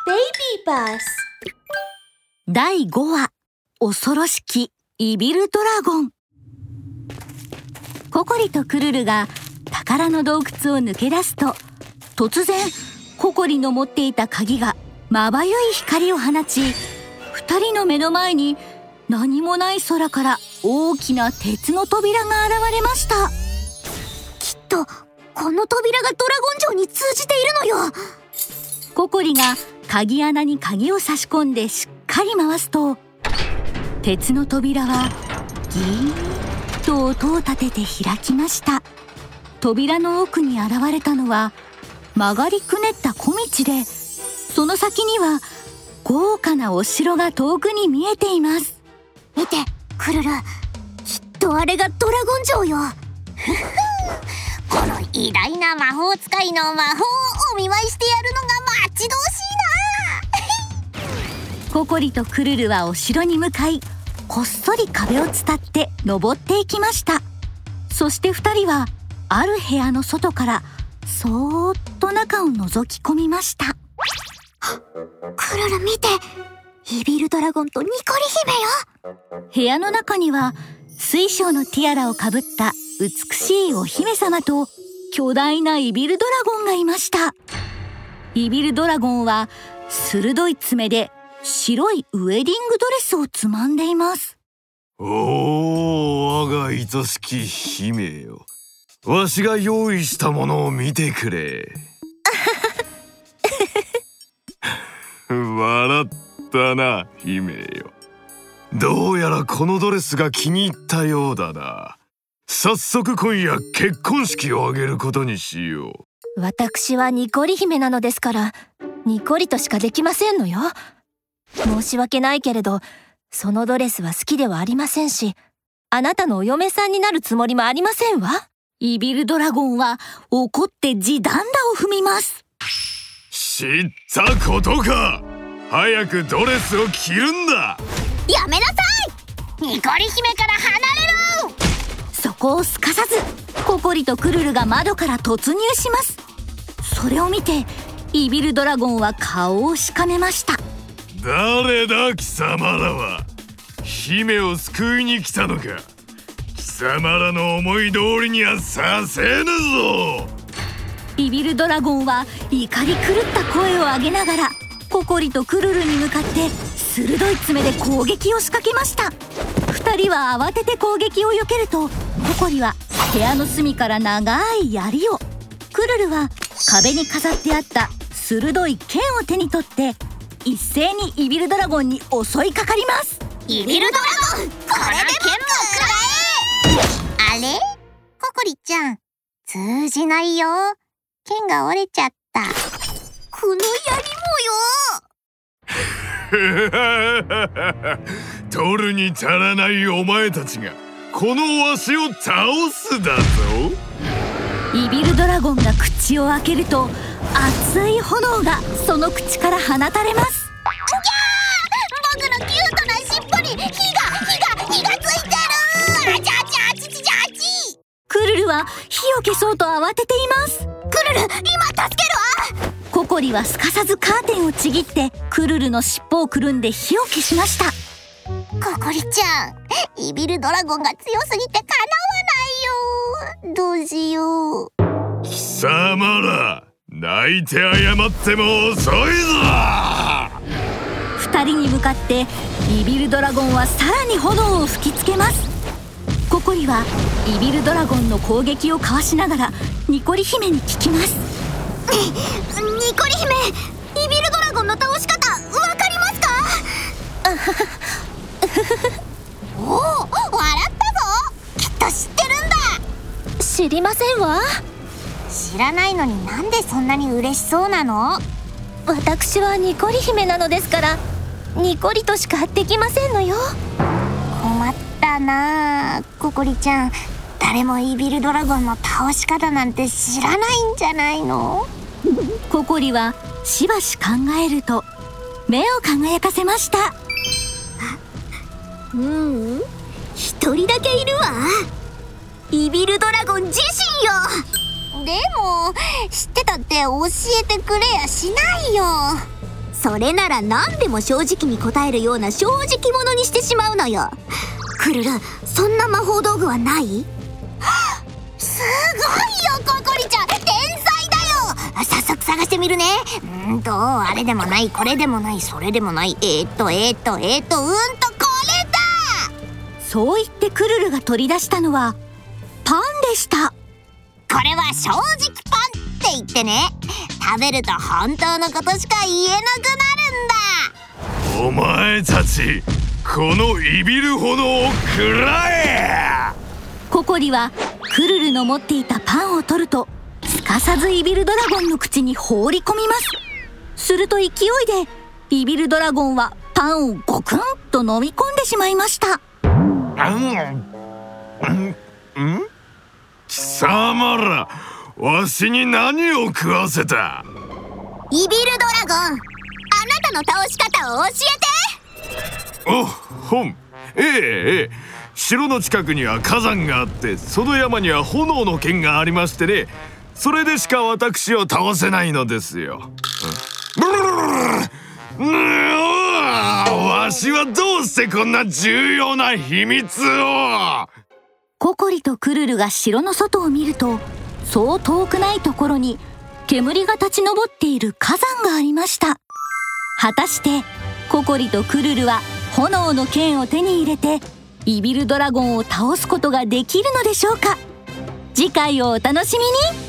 ベイビーバス第5話恐ろしきイビルドラゴン。ココリとクルルが宝の洞窟を抜け出すと、突然ココリの持っていた鍵がまばゆい光を放ち、二人の目の前に何もない空から大きな鉄の扉が現れました。 きっとこの扉がドラゴン城に通じているのよ。 ココリが鍵穴に鍵を差し込んでしっかり回すと、鉄の扉はギーッと音を立てて開きました。扉の奥に現れたのは曲がりくねった小道で、その先には豪華なお城が遠くに見えています。 見てクルル、きっとあれがドラゴン城よ。 この偉大な魔法使いの魔法をお見舞いしてやるのが待ち遠しいな。 ココリとクルルはお城に向かい、こっそり壁を伝って登っていきました。そして二人はある部屋の外からそーっと中を覗き込みました。 クルル見て、イビルドラゴンとニコリ姫よ。 部屋の中には水晶のティアラをかぶった美しいお姫様と巨大なイビルドラゴンがいました。イビルドラゴンは鋭い爪で白いウェディングドレスをつまんでいます。 おー、我が愛しき姫よ、わしが用意したものを見てくれ。笑ったな姫よ。どうやらこのドレスが気に入ったようだな。早速今夜結婚式を挙げることにしよう。 私はニコリ姫なのですから、ニコリとしかできませんのよ。申し訳ないけれど、そのドレスは好きではありませんし、あなたのお嫁さんになるつもりもありませんわ。 イビルドラゴンは怒って地団太を踏みます。 知ったことか。早くドレスを着るんだ。 やめなさい、ニコリ姫から離れろ。 そこをすかさずココリとクルルが窓から突入します。それを見てイビルドラゴンは顔をしかめました。 誰だ貴様らは。姫を救いに来たのか。貴様らの思い通りにはさせぬぞ。 イビルドラゴンは怒り狂った声を上げながらココリとクルルに向かって鋭い爪で攻撃を仕掛けました。二人は慌てて攻撃を避けると、ココリは部屋の隅から長い槍を、クルルは壁に飾ってあった鋭い剣を手に取って一斉にイビルドラゴンに襲いかかります。 イビルドラゴン、これで剣も食らえ。あれ、ココリちゃん通じないよ。剣が折れちゃった。 この槍取るに足らないお前たちがこのわしを倒すだぞ。 イビルドラゴンが口を開けると熱い炎がその口から放たれます。 僕のキュートな尻尾に火がついてる。あちゃあちちちあち。 クルルは火を消そうと慌てています。 クルル、今助けるわ。 ココリはすかさずカーテンをちぎってクルルの尻尾をくるんで火を消しました。 ココリちゃん、イビルドラゴンが強すぎてかなわないよ。どうしよう。 貴様ら泣いて謝っても遅いぞ。 二人に向かってイビルドラゴンはさらに炎を吹きつけます。ココリはイビルドラゴンの攻撃をかわしながらニコリ姫に聞きます。 ニコリ姫、イビルドラゴンの倒し方わかりますか？ おお、笑ったぞ。きっと知ってるんだ。 知りませんわ。 知らないのになんでそんなに嬉しそうなの？ 私はニコリ姫なのですから、ニコリとしかできませんのよ。 困ったなあ、ココリちゃん。誰もイビルドラゴンの倒し方なんて知らないんじゃないの？ ココリはしばし考えると目を輝かせました。 一人だけいるわ。イビルドラゴン自身よ。 でも知ってたって教えてくれやしないよ。 それなら何でも正直に答えるような正直者にしてしまうのよ。クルル、そんな魔法道具はない？すごいよココリちゃん、天才だよ。早速探してみるね。あれでもない、これでもない、それでもない、これだ。 そう言ってクルルが取り出したのはパンでした。 これは正直パンって言ってね、食べると本当のことしか言えなくなるんだ。 お前たち、このいびる炎を食らえ。 ココリはクルルの持っていたパンを取ると、すかさずイビルドラゴンの口に放り込みます。すると勢いでイビルドラゴンはパンをゴクンと飲み込んでしまいました。 貴様ら、わしに何を食わせた？ イビルドラゴン、あなたの倒し方を教えて。城の近くには火山があって、その山には炎の剣がありましてね、それでしか私を倒せないのですよ。わしはどうしてこんな重要な秘密を。 ココリとクルルが城の外を見ると、そう遠くないところに煙が立ち上っている火山がありました。果たしてココリとクルルは炎の剣を手に入れてイビルドラゴンを倒すことができるのでしょうか。次回をお楽しみに。